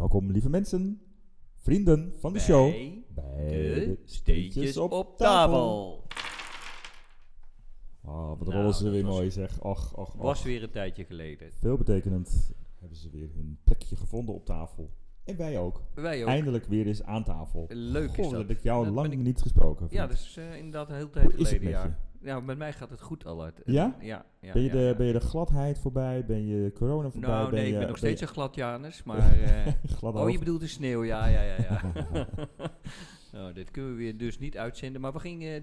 Welkom, lieve mensen, vrienden van de show, bij de Steentjes op tafel. Oh, wat rollen ze weer mooi, zeg. Was weer een tijdje geleden. Veelbetekenend hebben ze weer hun plekje gevonden op tafel. En wij ook. Eindelijk weer eens aan tafel. Leuk is dat. Dat ik jou lang niet gesproken heb. Ja, dat is inderdaad een hele tijd geleden. Ja. Nou, met mij gaat het goed al uit. Ja? Ja. Ben je de gladheid voorbij? Ben je corona voorbij? Nou, nee, ik ben nog steeds een glad Janus, maar... je bedoelt de sneeuw, ja. Nou, dit kunnen we weer dus niet uitzenden, maar we gingen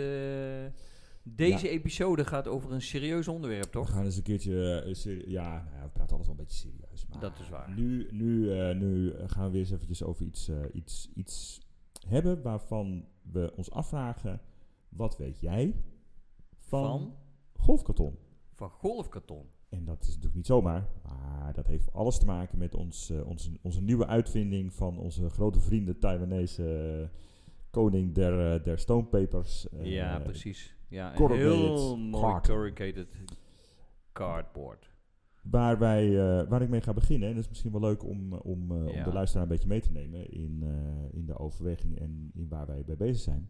Deze episode gaat over een serieus onderwerp, toch? We gaan eens een keertje... we praten altijd wel een beetje serieus. Maar dat is waar. Nu gaan we weer eens eventjes over iets hebben waarvan we ons afvragen... Wat weet jij van golfkarton? Van golfkarton. En dat is natuurlijk niet zomaar, maar dat heeft alles te maken met onze nieuwe uitvinding van onze grote vrienden Taiwanese koning der stonepapers. Ja, precies. Ja, een heel mooi corrugated cardboard. Waar ik mee ga beginnen, en dat is misschien wel leuk om de luisteraar een beetje mee te nemen in de overweging en in waar wij bij bezig zijn.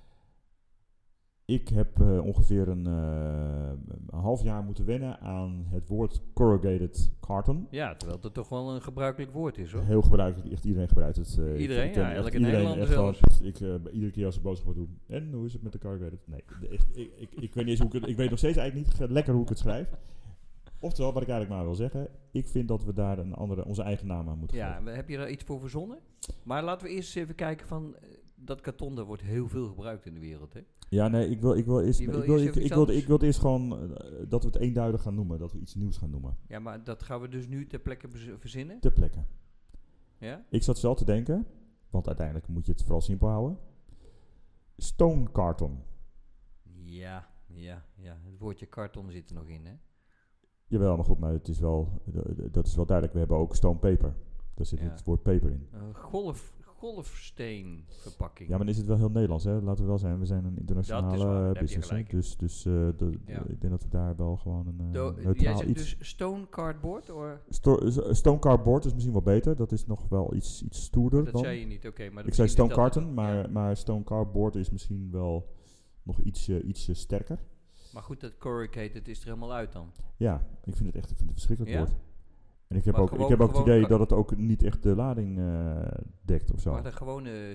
Ik heb ongeveer een half jaar moeten wennen aan het woord corrugated carton. Ja, terwijl het toch wel een gebruikelijk woord is, hoor. Heel gebruikelijk, echt iedereen gebruikt het. Iedereen, elke Nederlander zelfs. Iedere keer als ik boodschap doe. En hoe is het met de corrugated? Nee, ik weet niet eens ik weet nog steeds eigenlijk niet lekker hoe ik het schrijf. Oftewel, wat ik eigenlijk maar wil zeggen, ik vind dat we daar onze eigen naam aan moeten geven. Ja, heb je daar iets voor verzonnen? Maar laten we eerst even kijken van... Dat karton, daar wordt heel veel gebruikt in de wereld, hè? Ja, nee, ik wil eerst gewoon dat we het eenduidig gaan noemen. Dat we iets nieuws gaan noemen. Ja, maar dat gaan we dus nu ter plekke verzinnen? Ter plekke. Ja? Ik zat zelf te denken, want uiteindelijk moet je het vooral simpel houden. Stone carton. Ja. Het woordje karton zit er nog in, hè? Jawel, maar goed, maar dat is wel duidelijk. We hebben ook stone paper. Daar zit het woord paper in. Golfsteenverpakking. Ja, maar dan is het wel heel Nederlands, hè? Laten we wel zijn. We zijn een internationale business. Dus ik denk dat we daar wel gewoon een neutraal jij zegt iets... dus stone cardboard? Stone cardboard is misschien wel beter. Dat is nog wel iets stoerder dat dan. zei je niet, oké. Maar ik zei stone carton, maar stone cardboard is misschien wel nog ietsje sterker. Maar goed, dat corrugated is er helemaal uit dan. Ja, ik vind het een verschrikkelijk woord. En ik heb ook het idee dat het ook niet echt de lading dekt of zo. Maar de gewone,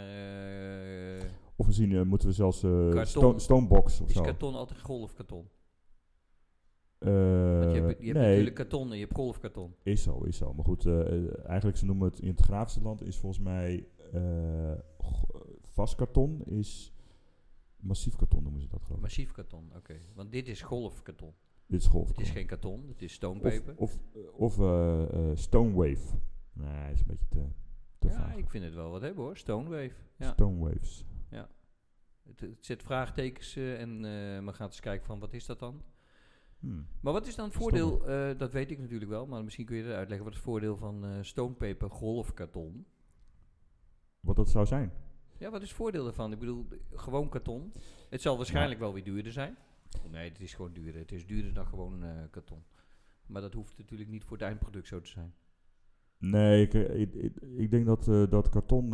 of misschien moeten we zelfs stonebox of is zo. Is karton altijd golfkarton? Want je hebt natuurlijk karton en je hebt golfkarton. Is zo. Maar goed, eigenlijk ze noemen het in het grafische land is volgens mij vast karton is massief karton noemen ze dat geloof ik. Massief karton, oké. Want dit is golfkarton. Dit is golfkarton. Het is geen karton, het is stonepaper. Of stonewave. Nee, dat is een beetje te vaag. Ja, ik vind het wel wat hebben hoor, stonewave. Ja. Stonewaves. Ja. Het zet vraagtekens en we gaan eens kijken van wat is dat dan? Maar wat is dan het voordeel, dat weet ik natuurlijk wel, maar misschien kun je het uitleggen. Wat is het voordeel van stonepaper golfkarton? Wat dat zou zijn? Ja, wat is het voordeel daarvan? Ik bedoel, gewoon karton. Het zal waarschijnlijk wel weer duurder zijn. Nee, het is gewoon duurder. Het is duurder dan gewoon karton. Maar dat hoeft natuurlijk niet voor het eindproduct zo te zijn. Nee, ik denk dat karton,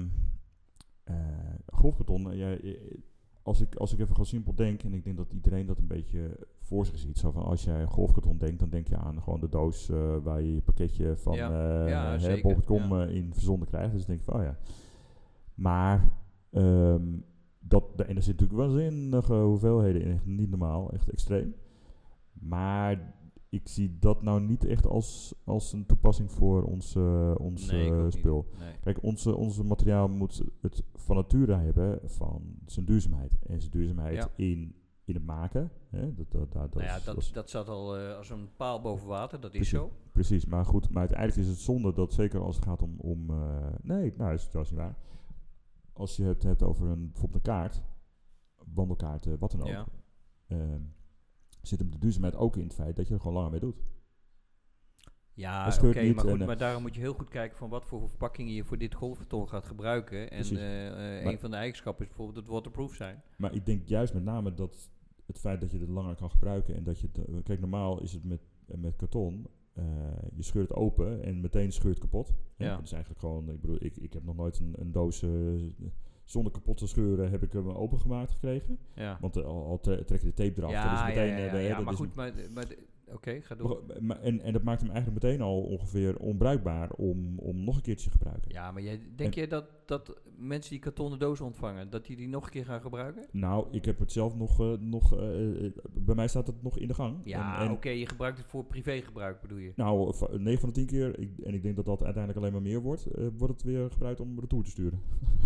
golfkarton, als ik even gewoon simpel denk, en ik denk dat iedereen dat een beetje voor zich ziet. Zo van, als jij golfkarton denkt, dan denk je aan gewoon de doos waar je pakketje van bol.com in verzonden krijgt. Dus denk je van, oh ja. Maar... en er zit natuurlijk waanzinnige hoeveelheden in, echt niet normaal, echt extreem. Maar ik zie dat nou niet echt als een toepassing voor ons spul. Nee. Kijk, onze materiaal moet het van nature hebben van zijn duurzaamheid. En zijn duurzaamheid in het maken. Hè, dat zat al als een paal boven water, dat is zo. Precies, maar goed, maar uiteindelijk is het zonde dat zeker als het gaat om dat is niet waar. Als je het hebt over bijvoorbeeld een kaart, wandelkaart, wat dan ook, zit hem de duurzaamheid ook in het feit dat je er gewoon langer mee doet. Ja, oké, maar goed, maar daarom moet je heel goed kijken van wat voor verpakkingen je voor dit golfkarton gaat gebruiken. En een van de eigenschappen is bijvoorbeeld het waterproof zijn. Maar ik denk juist met name dat het feit dat je het langer kan gebruiken en dat je kijk, normaal is het met karton, je scheurt het open en meteen scheurt het kapot. Ja. Dat is eigenlijk gewoon, ik bedoel, ik heb nog nooit een doos zonder kapot te scheuren heb ik hem opengemaakt gekregen. Ja. Want al trek je de tape eraf. Ja, dat is meteen, maar goed, oké, ga door. En dat maakt hem eigenlijk meteen al ongeveer onbruikbaar om nog een keertje te gebruiken. Ja, maar denk jij dat mensen die kartonnen dozen ontvangen, dat die nog een keer gaan gebruiken? Nou, ik heb het zelf nog bij mij staat het nog in de gang. Ja, oké, je gebruikt het voor privégebruik, bedoel je? Nou, 9 van de 10 keer, en ik denk dat dat uiteindelijk alleen maar meer wordt, wordt het weer gebruikt om retour te sturen.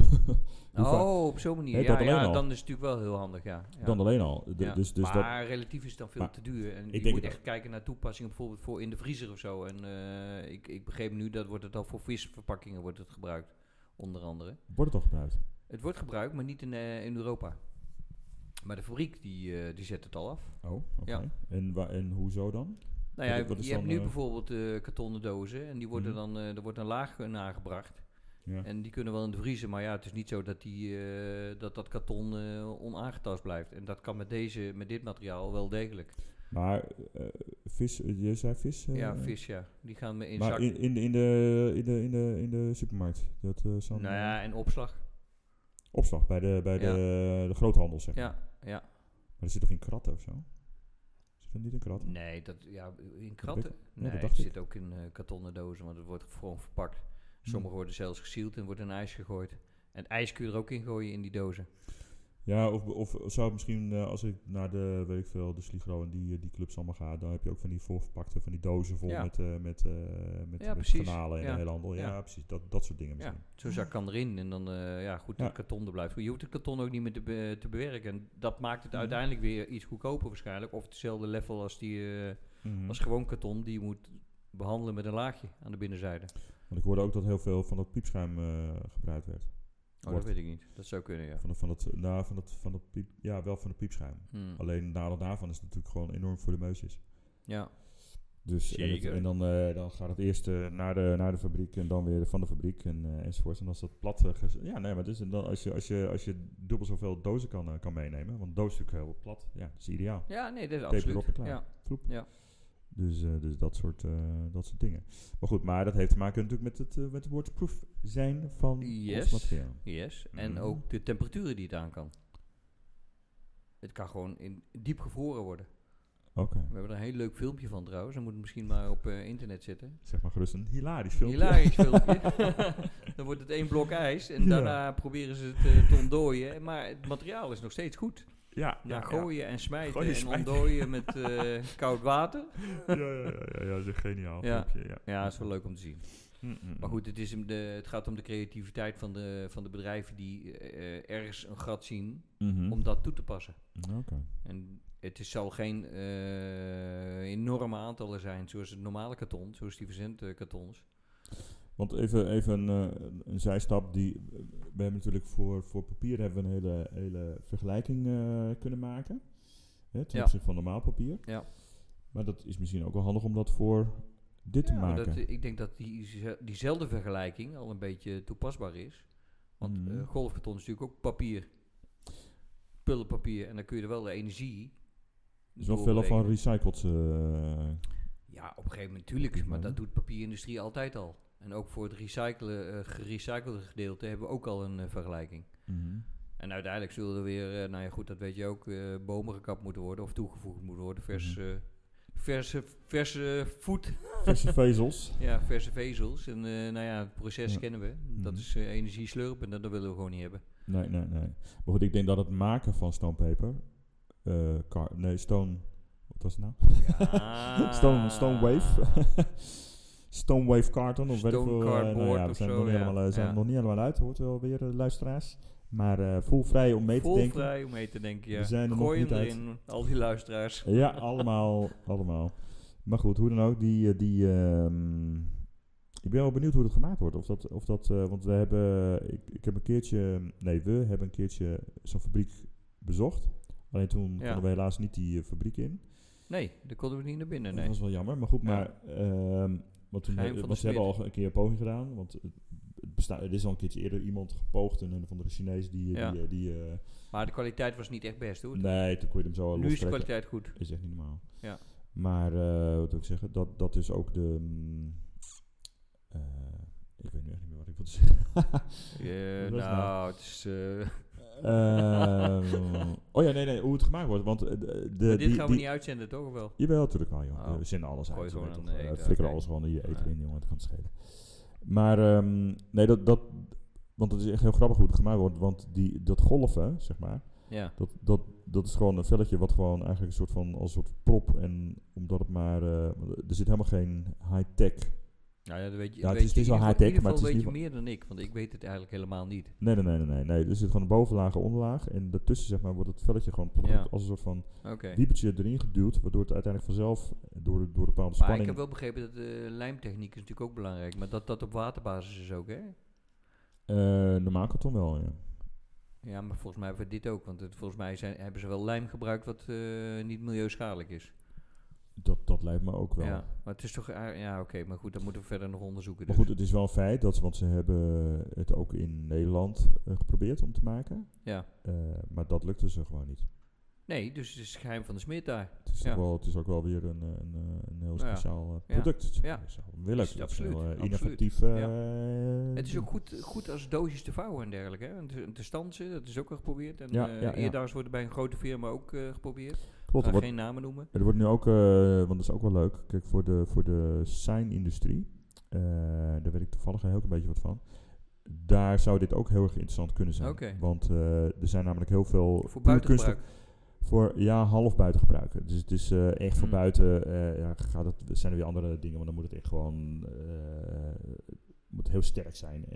Op zo'n manier. Ja, dan is het natuurlijk wel heel handig, ja. Dan alleen al. Dus maar relatief is het dan veel te duur. En je moet echt kijken naar toepassingen, bijvoorbeeld voor in de vriezer of zo. En ik begreep nu dat wordt het al voor visverpakkingen wordt het gebruikt, onder andere. Wordt het al gebruikt? Het wordt gebruikt, maar niet in Europa. Maar de fabriek die zet het al af. Oh, oké. Ja. En hoezo dan? Nou ja, je hebt nu bijvoorbeeld kartonnen dozen en die worden dan, er wordt een laag nagebracht. Ja. En die kunnen wel in de vriezer, maar ja, het is niet zo dat dat karton onaangetast blijft. En dat kan met dit materiaal wel degelijk. Maar vis, je zei vis? Ja, vis, ja. Die gaan in maar zak. In de supermarkt? Nou ja, en opslag. Opslag, bij de groothandel, zeg maar. Ja. Maar er zit toch in kratten of zo? Zit er niet in kratten? Nee, in kratten? Nee, het zit ook in kartonnen dozen, want het wordt gewoon verpakt. Sommige worden zelfs gesield en wordt in ijs gegooid. En het ijs kun je er ook in gooien in die dozen. Ja, of zou het misschien, als ik naar de Sligro en die clubs allemaal ga, dan heb je ook van die voorverpakte, van die dozen vol met kanalen en de hele handel. Ja, precies. Dat soort dingen misschien. Ja, zo'n zak kan erin en dan, het karton er blijft. Je hoeft het karton ook niet meer te bewerken. En dat maakt het uiteindelijk weer iets goedkoper waarschijnlijk. Of hetzelfde level als gewoon karton die je moet behandelen met een laagje aan de binnenzijde. Want ik hoorde ook dat heel veel van dat piepschuim gebruikt werd. Dat weet ik niet. Dat zou kunnen, ja. Wel van het piepschuim. Alleen het nadeel daarvan is het natuurlijk gewoon enorm volumeus is. Ja. Dus en dan gaat het eerst naar de fabriek en dan weer van de fabriek enzovoort. En als dat plat... maar dus, en dan als je dubbel zoveel dozen kan meenemen, want doos is natuurlijk heel plat. Ja, dat is ideaal. Ja, nee, dat is Tape absoluut. erop en klaar. Ja. Vloep. Ja. Dus dat soort dingen. Maar goed, dat heeft te maken natuurlijk met het waterproof zijn van ons materiaal. Yes, en ook de temperaturen die het aan kan. Het kan gewoon diep gevroren worden. Oké. We hebben er een heel leuk filmpje van trouwens. Dan moet het misschien maar op internet zetten. Zeg maar gerust een hilarisch filmpje. Dan wordt het 1 blok ijs en daarna proberen ze het te ontdooien. Maar het materiaal is nog steeds goed. Gooien en smijten en ontdooien met koud water. Dat is geniaal. Ja, dat is wel leuk om te zien. Maar goed, het gaat om de creativiteit van de bedrijven die ergens een gat zien om dat toe te passen. En het zal geen enorme aantallen zijn zoals het normale karton, zoals die verzendkartons. Want even een zijstap. We hebben natuurlijk voor papier hebben we een hele vergelijking kunnen maken. Ten opzichte van normaal papier. Ja. Maar dat is misschien ook wel handig om dat voor dit te maken. Ik denk dat diezelfde vergelijking al een beetje toepasbaar is. Want golfkarton is natuurlijk ook papier. Pullenpapier. En dan kun je er wel de energie... Er is wel veel van recycled... ja, op een gegeven moment natuurlijk. Maar dat doet de papierindustrie altijd al. En ook voor het gerecyclede gedeelte hebben we ook al een vergelijking. En uiteindelijk zullen er weer, dat weet je ook, bomen gekapt moeten worden of toegevoegd moeten worden. Verse voet. Verse vezels. Ja, verse vezels. En het proces kennen we. Dat is energie slurpen en dat willen we gewoon niet hebben. Nee. Maar goed, ik denk dat het maken van stonepaper... Wat was het nou? Ja. Stonewave. Stonewave carton of weet ik veel. We zijn nog niet helemaal uit, hoort wel weer luisteraars. Maar voel vrij om mee te denken. Voel vrij om mee te denken, ja. We zijn er Gooi nog hem niet erin, uit. al die luisteraars. Ja, allemaal. Maar goed, hoe dan ook, ik ben wel benieuwd hoe dat gemaakt wordt. Want we hebben een keertje zo'n fabriek bezocht. Alleen toen konden we helaas niet die fabriek in. Nee, daar konden we niet naar binnen. Dat was wel jammer, maar goed. Want ze hebben al een keer een poging gedaan. Want er is al een keertje eerder iemand gepoogd. En een van de Chinees maar de kwaliteit was niet echt best, hoor. Nee, toen kon je hem zo nu is de kwaliteit goed. Is echt niet normaal. Ja. Maar, wat wil ik zeggen, dat is ook de... ik weet nu echt niet meer wat ik wilde zeggen. Het is... nee, hoe het gemaakt wordt. Want dit gaan we niet uitzenden, toch? Of wel? Jawel, natuurlijk wel, joh. We zenden alles uit. Flikkeren alles gewoon in je eten in, jongen. Het kan schelen. Maar, want het is echt heel grappig hoe het gemaakt wordt. Want dat golven, zeg maar... Ja. Dat is gewoon een velletje wat gewoon eigenlijk een soort van als een soort prop en omdat het maar er zit helemaal geen high-tech. Nou ja, dat weet je. Ja, het is wel high-tech, maar het is weet niet je meer dan ik, want ik weet het eigenlijk helemaal niet. Nee. Er zit gewoon een bovenlaag en onderlaag en daartussen zeg maar wordt het velletje gewoon als een soort van wiepertje erin geduwd, waardoor het uiteindelijk vanzelf door bepaalde spanning. Maar ik heb wel begrepen dat de lijmtechniek is natuurlijk ook belangrijk, maar dat op waterbasis is ook, hè? Normaal karton wel, ja. Ja, maar volgens mij hebben we dit ook. Want volgens mij hebben ze wel lijm gebruikt wat niet milieuschadelijk is. Dat lijkt me ook wel. Ja, maar het is toch... maar goed, dat moeten we verder nog onderzoeken. Maar goed, het is wel een feit, want ze hebben het ook in Nederland geprobeerd om te maken. Ja. Maar dat lukte ze gewoon niet. Nee, dus het is het geheim van de smid daar. Het is ook wel weer een heel speciaal product. Ja. Wil ik. Absoluut. Heel innovatief. Het is ook goed als doosjes te vouwen en dergelijke. Hè? En te stansen, dat is ook al geprobeerd. En eerder wordt bij een grote firma ook geprobeerd. Klopt. Ik ga geen namen noemen. Er wordt nu ook, want dat is ook wel leuk. Kijk, voor de sein-industrie, daar weet ik toevallig heel een beetje wat van. Daar zou dit ook heel erg interessant kunnen zijn. Okay. Want er zijn namelijk heel veel... Voor buitengebruik? Half buiten gebruiken. Dus het is echt voor buiten. Zijn er weer andere dingen, want dan moet het echt gewoon moet heel sterk zijn.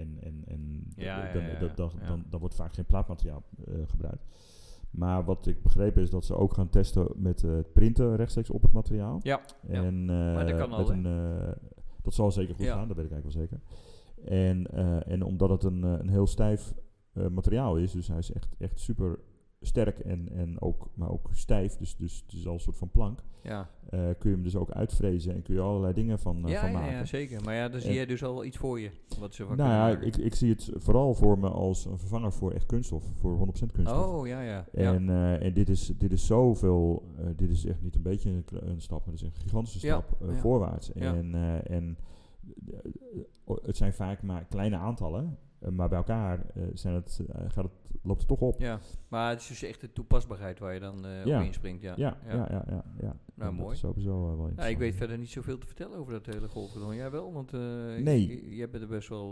Dan wordt vaak geen plaatmateriaal gebruikt. Maar wat ik begrepen is dat ze ook gaan testen met het printen rechtstreeks op het materiaal. Ja. Maar dat kan al, dat zal zeker goed gaan, dat weet ik eigenlijk wel zeker. En omdat het een heel stijf materiaal is, dus hij is echt super sterk maar ook stijf, dus het is al een soort van plank. Ja. Kun je hem dus ook uitvrezen en kun je allerlei dingen van maken. Ja, zeker. Maar daar zie jij dus al iets voor je. Wat ze ik zie het vooral voor me als een vervanger voor echt kunststof, voor 100% kunststof. Oh, ja. En dit is zoveel, dit is echt niet een beetje een stap, maar het is een gigantische stap voorwaarts. Ja. En het zijn vaak maar kleine aantallen. Maar bij elkaar loopt het toch op. Ja, maar het is dus echt de toepasbaarheid waar je dan op inspringt. Ja. Nou, mooi. Sowieso wel interessant. Ik weet verder niet zoveel te vertellen over dat hele golfballon. Jij wel, want jij bent er best wel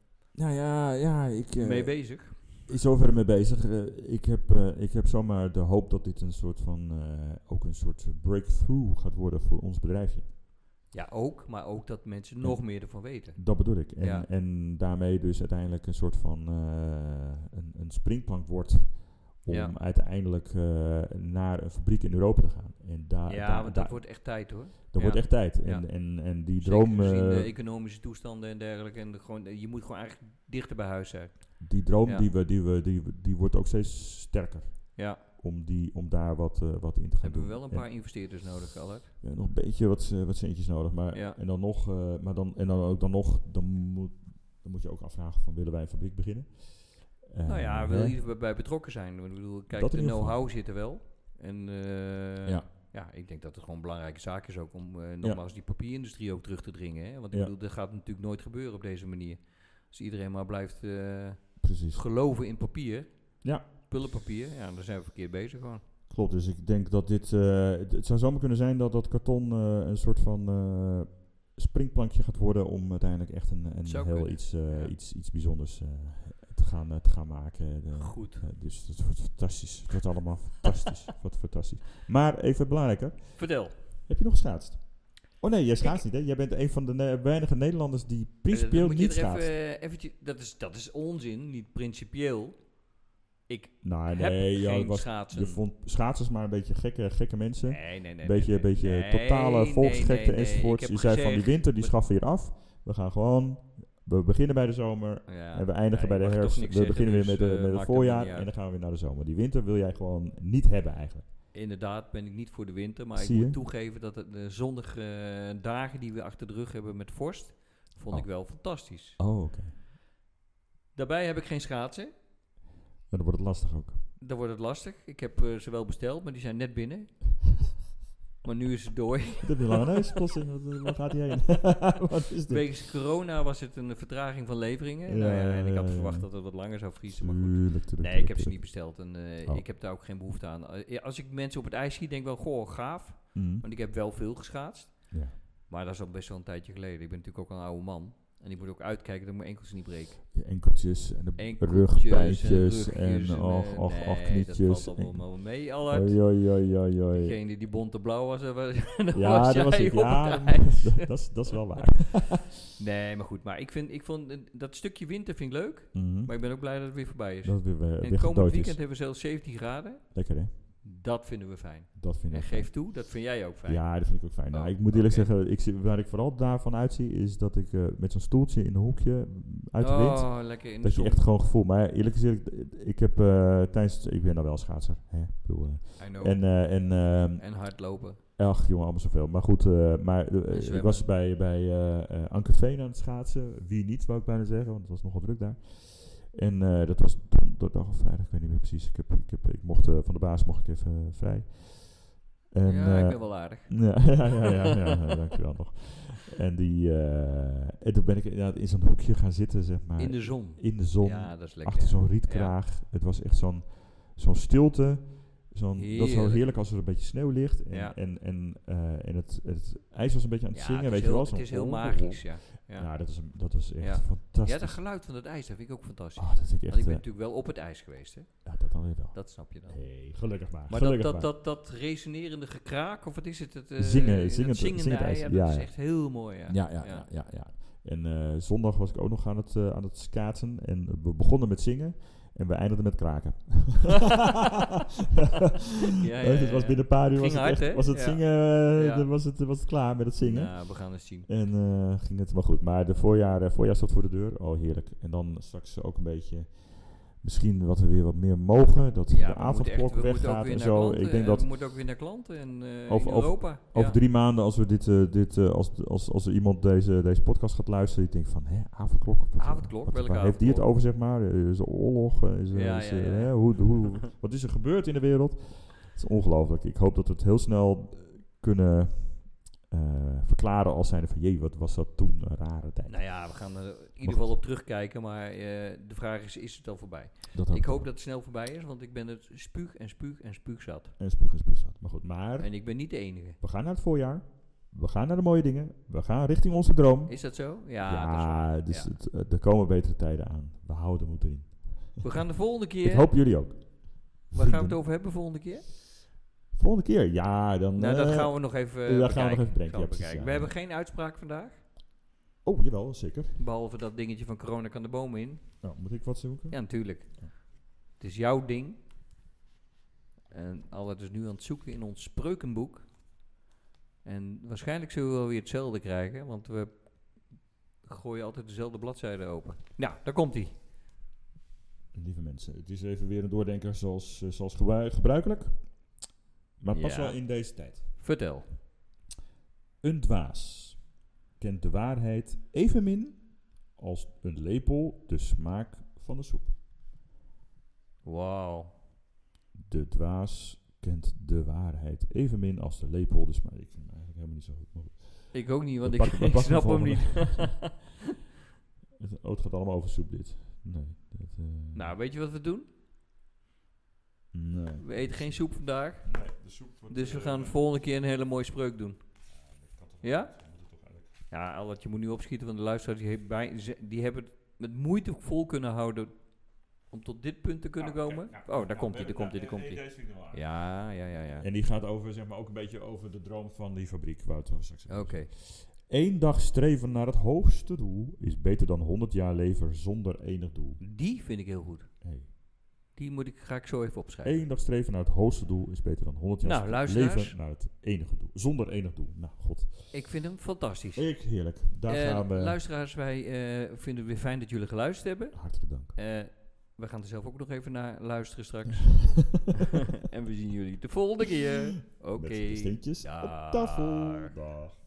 mee bezig. Ik zover mee bezig. Ik heb zomaar de hoop dat dit een soort van ook een soort breakthrough gaat worden voor ons bedrijfje. Ja, maar ook dat mensen nog meer ervan weten. Dat bedoel ik. En daarmee dus uiteindelijk een soort van een springplank wordt om uiteindelijk naar een fabriek in Europa te gaan. En dat wordt echt tijd, hoor. Dat wordt echt tijd. En die droom... Zeker de economische toestanden en dergelijke. En je moet gewoon eigenlijk dichter bij huis zijn. Die droom die wordt ook steeds sterker. Ja. Om daar wat in te gaan doen. Hebben we wel een paar investeerders nodig, Allard? Ja, nog een beetje wat centjes nodig. Maar, en dan nog, dan moet je ook afvragen van willen wij een fabriek beginnen? Wil je bij betrokken zijn? Ik bedoel, kijk, de know-how zit er wel. En ik denk dat het gewoon een belangrijke zaak is ook om nogmaals die papierindustrie ook terug te dringen. Hè? Want ik bedoel, dat gaat natuurlijk nooit gebeuren op deze manier. Als iedereen maar blijft geloven in papier. Ja. Pullenpapier, dan zijn we verkeerd bezig gewoon. Klopt, dus ik denk dat dit... het zou zomaar kunnen zijn dat karton een soort van springplankje gaat worden om uiteindelijk echt iets bijzonders te gaan maken. Goed. Dus het wordt fantastisch. Het wordt allemaal fantastisch. Wat fantastisch. Maar even belangrijker. Vertel. Heb je nog geschaatst? Oh nee, jij schaatst niet, hè? Jij bent een van de weinige Nederlanders die principieel niet schaatst. Dat is onzin, niet principieel. Ik schaatsen. Je vond schaatsers maar een beetje gekke mensen. Nee. Een beetje totale volksgekte enzovoorts. Je zei van die winter, die schaffen weer af. We beginnen bij de zomer en we eindigen bij de herfst. We beginnen weer met het voorjaar en dan gaan we weer naar de zomer. Die winter wil jij gewoon niet hebben eigenlijk. Inderdaad ben ik niet voor de winter, maar ik moet toegeven dat de zonnige dagen die we achter de rug hebben met vorst, vond ik wel fantastisch. Oh, oké. Daarbij heb ik geen schaatsen. Dan wordt het lastig ook. Dan wordt het lastig. Ik heb ze wel besteld, maar die zijn net binnen. Maar nu is het door. Dat heb je lange neus, plotseling. Waar gaat hij heen? Wat is dit? Wegens corona was het een vertraging van leveringen. En ik had verwacht dat het wat langer zou vriezen. Maar goed. Nee, ik heb ze niet besteld. En ik heb daar ook geen behoefte aan. Als ik mensen op het ijs zie, denk ik wel, goh, gaaf. Want ik heb wel veel geschaatst. Ja. Maar dat is al best wel een tijdje geleden. Ik ben natuurlijk ook een oude man. En ik moet ook uitkijken dat mijn enkels niet breken. Je enkeltjes en de rugpijntjes en knietjes. Dat valt allemaal mee, Allard. Degene die bonte-blauw was, dat was ik. Ja, dat is wel waar. Nee, maar goed. Maar ik vond dat stukje winter vind ik leuk. Maar ik ben ook blij dat het weer voorbij is. Dat het weer en komend weekend hebben we zelfs 17 graden. Lekker, hè? Dat vinden we fijn. En geef toe, dat vind jij ook fijn. Ja, dat vind ik ook fijn. Nou, ik moet eerlijk zeggen, waar ik vooral daarvan uitzie, is dat ik met zo'n stoeltje in een hoekje uit de wind, lekker in de dat zon. je echt gewoon gevoel. Maar eerlijk gezegd, ik heb ik ben nou wel schaatser. Hè? Ik bedoel, en hardlopen. Ach, jongen, allemaal zoveel. Maar goed, ik was bij Ankerveen aan het schaatsen. Wie niet, wou ik bijna zeggen, want het was nogal druk daar. En dat was donderdag of vrijdag, ik weet niet meer precies. Ik mocht van de baas even vrij. En, ik ben wel aardig. Ja, dankjewel nog. En toen ben ik inderdaad in zo'n hoekje gaan zitten, zeg maar. In de zon. Ja, dat is lekker. Achter zo'n rietkraag. Ja. Het was echt zo'n stilte. Dat is zo heerlijk als er een beetje sneeuw ligt. En het ijs was een beetje aan het zingen, weet je wel. Het is heel magisch, ja. Ja, dat is echt fantastisch. Ja, dat geluid van het ijs, dat vind ik ook fantastisch. Dat is echt, want ik ben natuurlijk wel op het ijs geweest, hè. Ja, dat dan weer wel. Dat snap je dan. Nee, gelukkig maar. Maar dat resonerende gekraak, of wat is het? Zingende ijs, dat is echt heel mooi, ja. En zondag was ik ook nog aan het schaatsen. En we begonnen met zingen. En we eindigden met kraken. Het was binnen een paar uur was het zingen, was het klaar met het zingen. Ja, we gaan het zien. En ging het maar goed. Maar de voorjaar staat voor de deur. Oh, heerlijk. En dan straks ook een beetje, misschien wat we weer wat meer mogen. Dat de avondklok weggaat en zo. Ik denk dat we moeten ook weer naar klanten in Europa. Over 3 maanden, als we als er iemand deze podcast gaat luisteren, die denkt van, avondklok. Waar heeft die het over, zeg maar? Is er oorlog? Wat is er gebeurd in de wereld? Het is ongelooflijk. Ik hoop dat we het heel snel kunnen verklaren als zijnde van, wat was dat toen een rare tijd. Nou ja, we gaan er in ieder geval op terugkijken, maar de vraag is het al voorbij? Ik hoop dat het snel voorbij is, want ik ben het spuug zat. Maar goed, en ik ben niet de enige. We gaan naar het voorjaar. We gaan naar de mooie dingen. We gaan richting onze droom. Is dat zo? Ja, dat is waar. Er komen betere tijden aan. We houden de moed erin. We gaan de volgende keer... Ik hoop jullie ook. Waar gaan we het over hebben volgende keer? Volgende keer? Ja, dan... dat gaan we nog even bekijken. Gaan we nog even bedenken. We hebben geen uitspraak vandaag. Oh, jawel, zeker. Behalve dat dingetje van corona kan de boom in. Nou, moet ik wat zoeken? Ja, natuurlijk. Ja. Het is jouw ding. En Allard is nu aan het zoeken in ons spreukenboek. En waarschijnlijk zullen we wel weer hetzelfde krijgen, want we gooien altijd dezelfde bladzijde open. Nou, daar komt hij. Lieve mensen, het is even weer een doordenker zoals gebruikelijk. Maar pas wel in deze tijd. Vertel. Een dwaas kent de waarheid evenmin als een lepel de smaak van de soep. Wauw. De dwaas kent de waarheid evenmin als de lepel de smaak. Ik vind hem eigenlijk helemaal niet zo goed. Maar goed. Ik ook niet, want ik snap hem niet. Het gaat allemaal over soep dit. Nee. Nou, weet je wat we doen? Nee. We eten geen soep vandaag. Nee, de soep wordt dus we gaan de volgende keer een hele mooie spreuk doen. Ja? Ja, Allard, je moet nu opschieten, want de luisteraars die hebben het met moeite vol kunnen houden om tot dit punt te kunnen komen. Daar komt hij. Deze vind ik wel aardig. Ja. En die gaat over, zeg maar, ook een beetje over de droom van die fabriek, waar het straks over Oké. 1 dag streven naar het hoogste doel is beter dan 100 jaar leven zonder enig doel. Die vind ik heel goed. Hey. Die ga ik zo even opschrijven. 1 dag streven naar het hoogste doel is beter dan 100 jaar leven naar het enige doel. Zonder enig doel. Nou, god. Ik vind hem fantastisch. Heerlijk. Daar gaan we. Luisteraars, wij vinden het weer fijn dat jullie geluisterd hebben. Hartelijk dank. We gaan er zelf ook nog even naar luisteren straks. En we zien jullie de volgende keer. Oké. Met de steentjes op tafel. Dag.